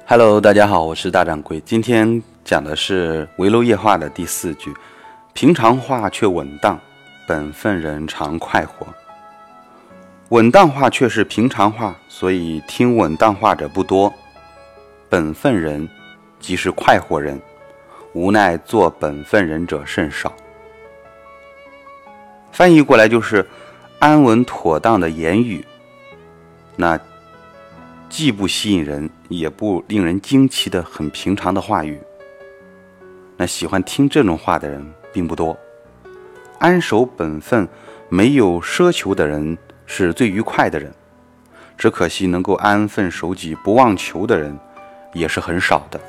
Hello， 大家好，我是大掌柜。今天讲的是围楼夜话的第4句：平常话却稳当，本分人常快活。稳当话却是平常话，所以听稳当话者不多。本分人即是快活人，无奈做本分人者甚少。翻译过来就是安稳妥当的言语，那既不吸引人，也不令人惊奇的很平常的话语，那喜欢听这种话的人并不多。安守本分，没有奢求的人是最愉快的人，只可惜能够安分守己不妄求的人也是很少的。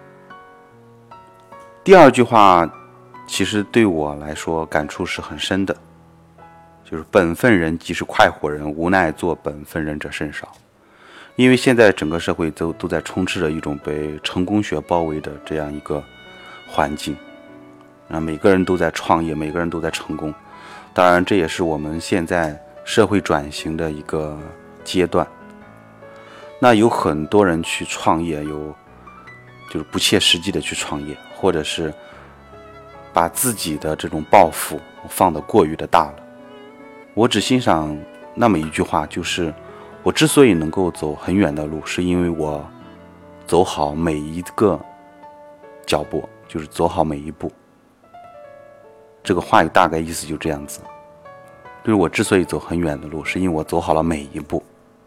第二句话其实对我来说感触是很深的，就是本分人即是快活人，无奈做本分人者甚少。因为现在整个社会都在充斥着一种被成功学包围的这样一个环境，每个人都在创业，每个人都在成功。当然这也是我们现在社会转型的一个阶段。那有很多人去创业，就是不切实际的去创业，或者是把自己的这种抱负放得过于的大了。我只欣赏那么一句话，就是我之所以能够走很远的路，是因为我走好每一个脚步，就是走好每一步。这个话语大概意思就这样子，就是我之所以走很远的路，是因为我走好了每一步。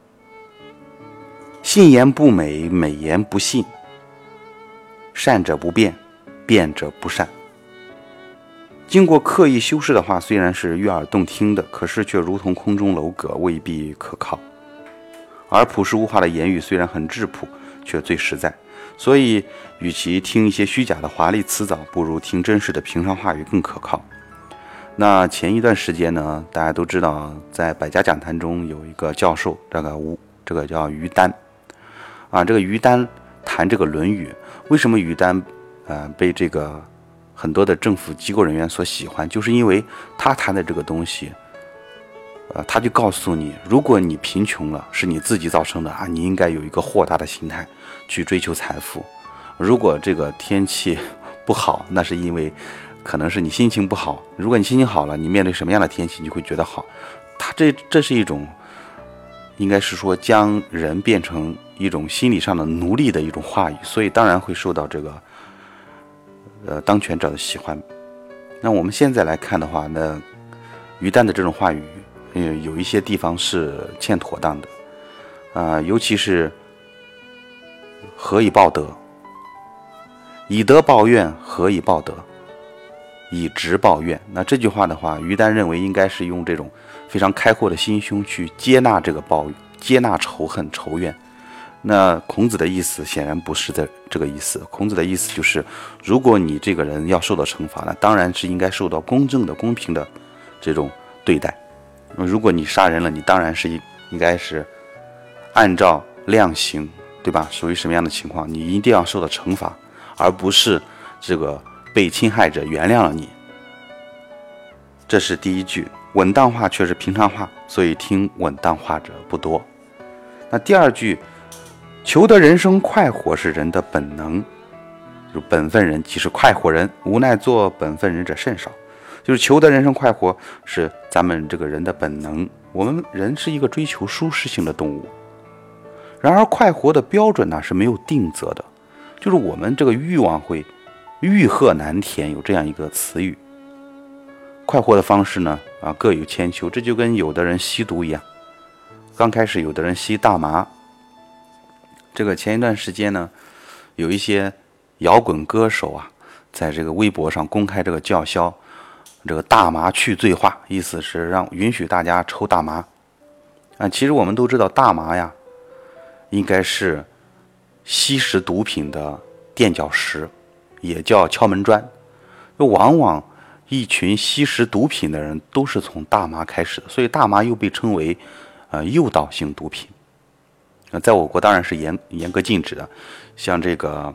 信言不美，美言不信；善者不辩，辩者不善。经过刻意修饰的话，虽然是悦耳动听的，可是却如同空中楼阁，未必可靠。而朴实无华的言语虽然很质朴，却最实在。所以与其听一些虚假的华丽辞藻，不如听真实的平常话语更可靠。那前一段时间呢，大家都知道在百家讲坛中有一个教授，这个叫于丹这个于丹谈这个论语。为什么于丹被这个很多的政府机构人员所喜欢，就是因为他谈的这个东西他就告诉你，如果你贫穷了是你自己造成的你应该有一个豁达的心态去追求财富。如果这个天气不好，那是因为可能是你心情不好，如果你心情好了，你面对什么样的天气你会觉得好。这是一种应该是说将人变成一种心理上的奴隶的一种话语，所以当然会受到这个当权者的喜欢。那我们现在来看的话，那于丹的这种话语有一些地方是欠妥当的尤其是何以报德，以德报怨，何以报德，以直报怨。那这句话的话，于丹认为应该是用这种非常开阔的心胸去接纳这个报怨，接纳仇恨仇怨。那孔子的意思显然不是这个意思，孔子的意思就是如果你这个人要受到惩罚，那当然是应该受到公正的公平的这种对待。如果你杀人了，你当然是应该是按照量刑，对吧？属于什么样的情况，你一定要受到惩罚，而不是这个被侵害者原谅了你。这是第一句，稳当话却是平常话，所以听稳当话者不多。那第二句，求得人生快活是人的本能，就是本分人即是快活人，无奈做本分人者甚少。就是求得人生快活是咱们这个人的本能，我们人是一个追求舒适性的动物。然而快活的标准呢是没有定则的，就是我们这个欲望会欲壑难填，有这样一个词语。快活的方式呢各有千秋，这就跟有的人吸毒一样。刚开始有的人吸大麻，这个前一段时间呢，有一些摇滚歌手在这个微博上公开这个叫嚣这个大麻去罪化，意思是允许大家抽大麻其实我们都知道大麻应该是吸食毒品的垫脚石，也叫敲门砖。往往一群吸食毒品的人都是从大麻开始的，所以大麻又被称为诱导性毒品。在我国当然是严格禁止的。像这个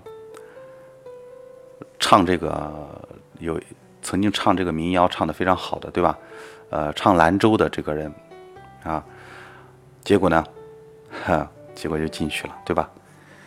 唱这个曾经唱这个民谣唱得非常好的，对吧？唱兰州的这个人结果呢结果就进去了，对吧？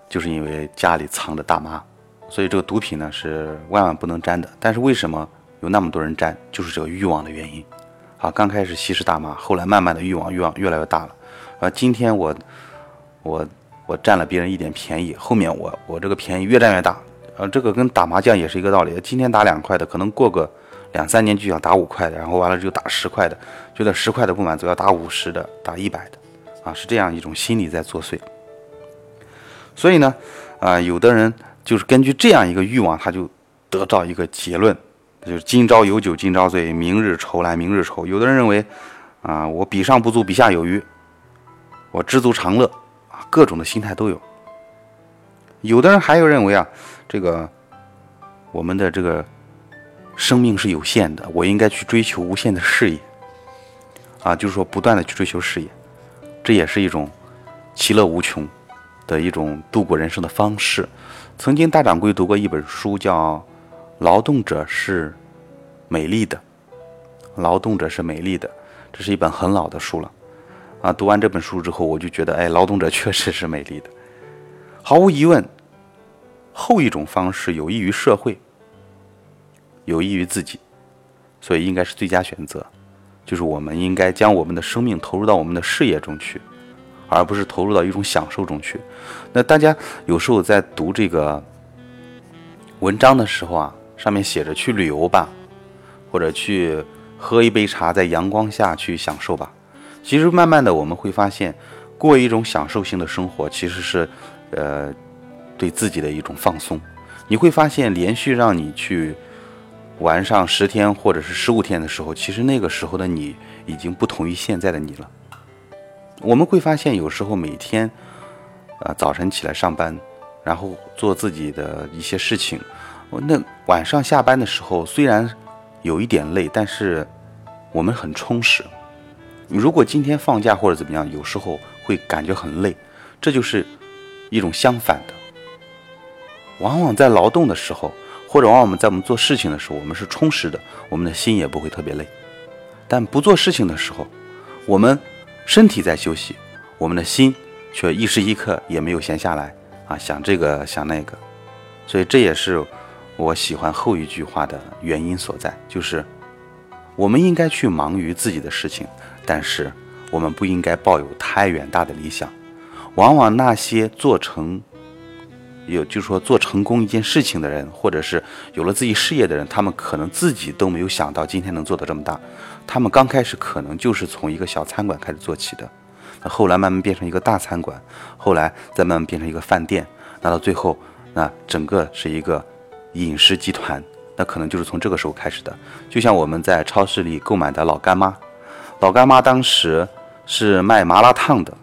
就是因为家里藏着大麻，所以这个毒品呢是万万不能沾的。但是为什么有那么多人沾，就是这个欲望的原因。刚开始吸食大麻，后来慢慢的欲望越来越大了。今天我占了别人一点便宜，后面我这个便宜越占越大。这个跟打麻将也是一个道理，今天打2块的，可能过个2-3年就想打5块的，然后完了就打10块的，觉得10块的不满足，要打50的，打100的，是这样一种心理在作祟。所以呢，有的人就是根据这样一个欲望，他就得到一个结论，就是今朝有酒今朝醉，明日愁来明日愁。有的人认为，我比上不足，比下有余，我知足常乐，各种的心态都有。有的人还有认为这个我们的这个生命是有限的，我应该去追求无限的事业，就是说不断的去追求事业，这也是一种其乐无穷的一种度过人生的方式。曾经大掌柜读过一本书，叫《劳动者是美丽的》，劳动者是美丽的，这是一本很老的书了。读完这本书之后，我就觉得，劳动者确实是美丽的。毫无疑问，后一种方式有益于社会，有益于自己，所以应该是最佳选择。就是我们应该将我们的生命投入到我们的事业中去，而不是投入到一种享受中去。那大家有时候在读这个文章的时候上面写着去旅游吧，或者去喝一杯茶，在阳光下去享受吧。其实慢慢的我们会发现，过一种享受性的生活其实是对自己的一种放松。你会发现连续让你去玩上10天或者是15天的时候，其实那个时候的你已经不同于现在的你了。我们会发现有时候每天早晨起来上班，然后做自己的一些事情，那晚上下班的时候虽然有一点累，但是我们很充实。如果今天放假或者怎么样，有时候会感觉很累，这就是一种相反的。往往在劳动的时候，或者往往我们在我们做事情的时候，我们是充实的，我们的心也不会特别累。但不做事情的时候，我们身体在休息，我们的心却一时一刻也没有闲下来想这个想那个。所以这也是我喜欢后一句话的原因所在，就是我们应该去忙于自己的事情，但是我们不应该抱有太远大的理想。往往那些就是说做成功一件事情的人，或者是有了自己事业的人，他们可能自己都没有想到今天能做到这么大。他们刚开始可能就是从一个小餐馆开始做起的，那后来慢慢变成一个大餐馆，后来再慢慢变成一个饭店，那到最后那整个是一个饮食集团，那可能就是从这个时候开始的。就像我们在超市里购买的老干妈，老干妈当时是卖麻辣烫的，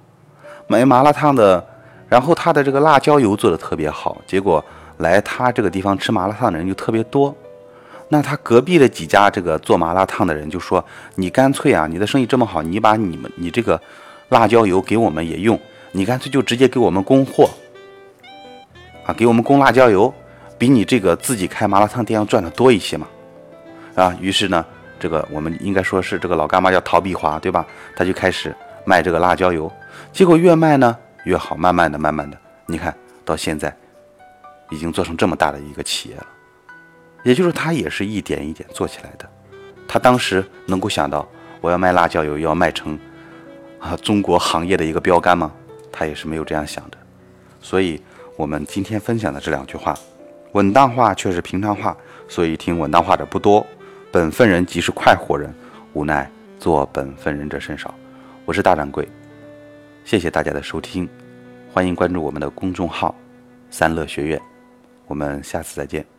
然后他的这个辣椒油做的特别好，结果来他这个地方吃麻辣烫的人就特别多。那他隔壁的几家这个做麻辣烫的人就说，你干脆你的生意这么好，你把你这个辣椒油给我们也用，你干脆就直接给我们供货给我们供辣椒油，比你这个自己开麻辣烫店要赚的多一些嘛于是呢，这个我们应该说是这个老干妈叫陶碧华，对吧？他就开始卖这个辣椒油，结果越卖呢越好，慢慢的，你看到现在已经做成这么大的一个企业了。也就是他也是一点一点做起来的。他当时能够想到我要卖辣椒油要卖成中国行业的一个标杆吗？他也是没有这样想的。所以我们今天分享的这2句话，稳当话却是平常话，所以听稳当话的不多。本分人即是快活人，无奈做本分人者甚少。我是大掌柜，谢谢大家的收听，欢迎关注我们的公众号三乐学院，我们下次再见。